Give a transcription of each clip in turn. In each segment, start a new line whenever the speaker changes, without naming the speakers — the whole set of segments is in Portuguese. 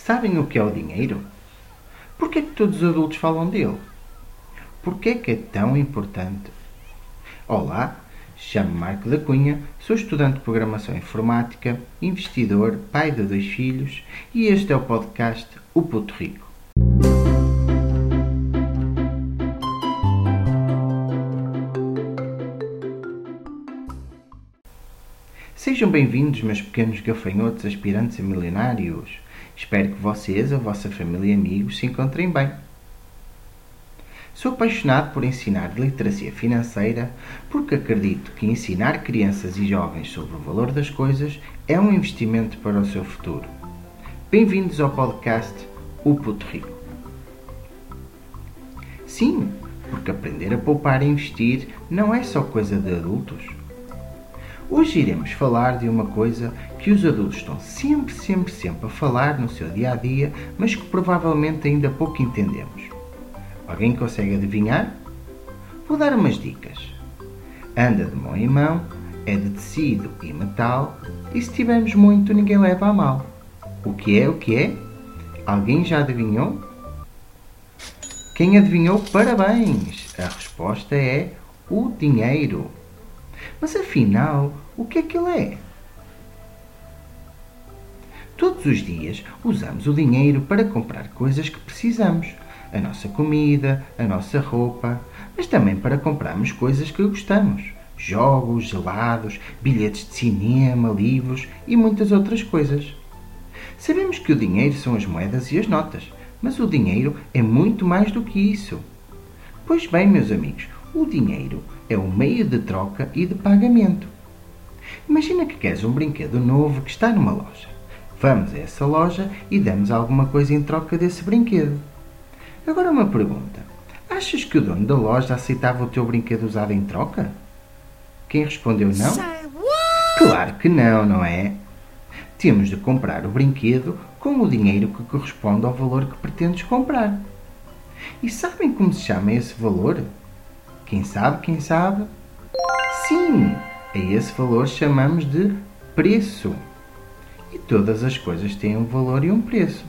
Sabem o que é o dinheiro? Por que é que todos os adultos falam dele? Por que é tão importante? Olá, chamo-me Marco da Cunha, sou estudante de Programação Informática, investidor, pai de 2 filhos e este é o podcast O Puto Rico. Sejam bem-vindos, meus pequenos gafanhotos aspirantes a milionários. Espero que vocês, a vossa família e amigos se encontrem bem. Sou apaixonado por ensinar literacia financeira porque acredito que ensinar crianças e jovens sobre o valor das coisas é um investimento para o seu futuro. Bem-vindos ao podcast O Puto Rico. Sim, porque aprender a poupar e investir não é só coisa de adultos. Hoje iremos falar de uma coisa que os adultos estão sempre a falar no seu dia-a-dia, mas que provavelmente ainda pouco entendemos. Alguém consegue adivinhar? Vou dar umas dicas. Anda de mão em mão, é de tecido e metal, e se tivermos muito, ninguém leva a mal. O que é? Alguém já adivinhou? Quem adivinhou, parabéns! A resposta é o dinheiro. Mas afinal, o que é que ele é? Todos os dias usamos o dinheiro para comprar coisas que precisamos. A nossa comida, a nossa roupa, mas também para comprarmos coisas que gostamos. Jogos, gelados, bilhetes de cinema, livros e muitas outras coisas. Sabemos que o dinheiro são as moedas e as notas, mas o dinheiro é muito mais do que isso. Pois bem, meus amigos, o dinheiro é um meio de troca e de pagamento. Imagina que queres um brinquedo novo que está numa loja. Vamos a essa loja e damos alguma coisa em troca desse brinquedo. Agora uma pergunta. Achas que o dono da loja aceitava o teu brinquedo usado em troca? Quem respondeu não? Claro que não, não é? Temos de comprar o brinquedo com o dinheiro que corresponde ao valor que pretendes comprar. E sabem como se chama esse valor? Quem sabe? Sim, a esse valor chamamos de preço. E todas as coisas têm um valor e um preço.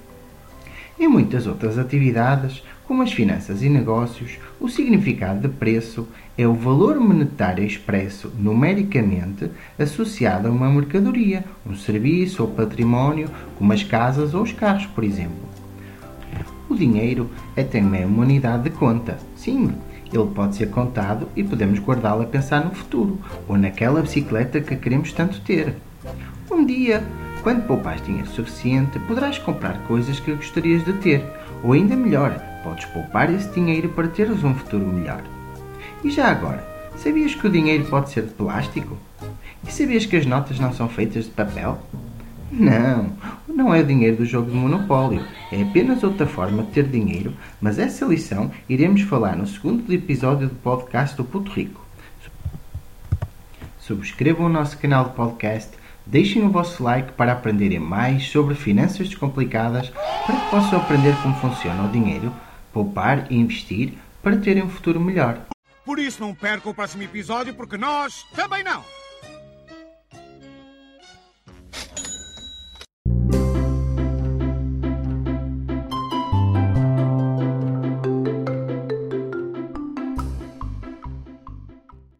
Em muitas outras atividades, como as finanças e negócios, o significado de preço é o valor monetário expresso numericamente associado a uma mercadoria, um serviço ou património, como as casas ou os carros, por exemplo. O dinheiro é também uma unidade de conta. Sim, ele pode ser contado e podemos guardá-lo a pensar no futuro ou naquela bicicleta que queremos tanto ter. Um dia, quando poupares dinheiro suficiente, poderás comprar coisas que gostarias de ter. Ou ainda melhor, podes poupar esse dinheiro para teres um futuro melhor. E já agora, sabias que o dinheiro pode ser de plástico? E sabias que as notas não são feitas de papel? Não é o dinheiro do jogo de Monopólio. É apenas outra forma de ter dinheiro, mas essa lição iremos falar no segundo episódio do podcast do Puto Rico. Subscrevam o nosso canal de podcast, deixem o vosso like para aprenderem mais sobre finanças descomplicadas, para que possam aprender como funciona o dinheiro, poupar e investir para terem um futuro melhor.
Por isso não percam o próximo episódio, porque nós também não!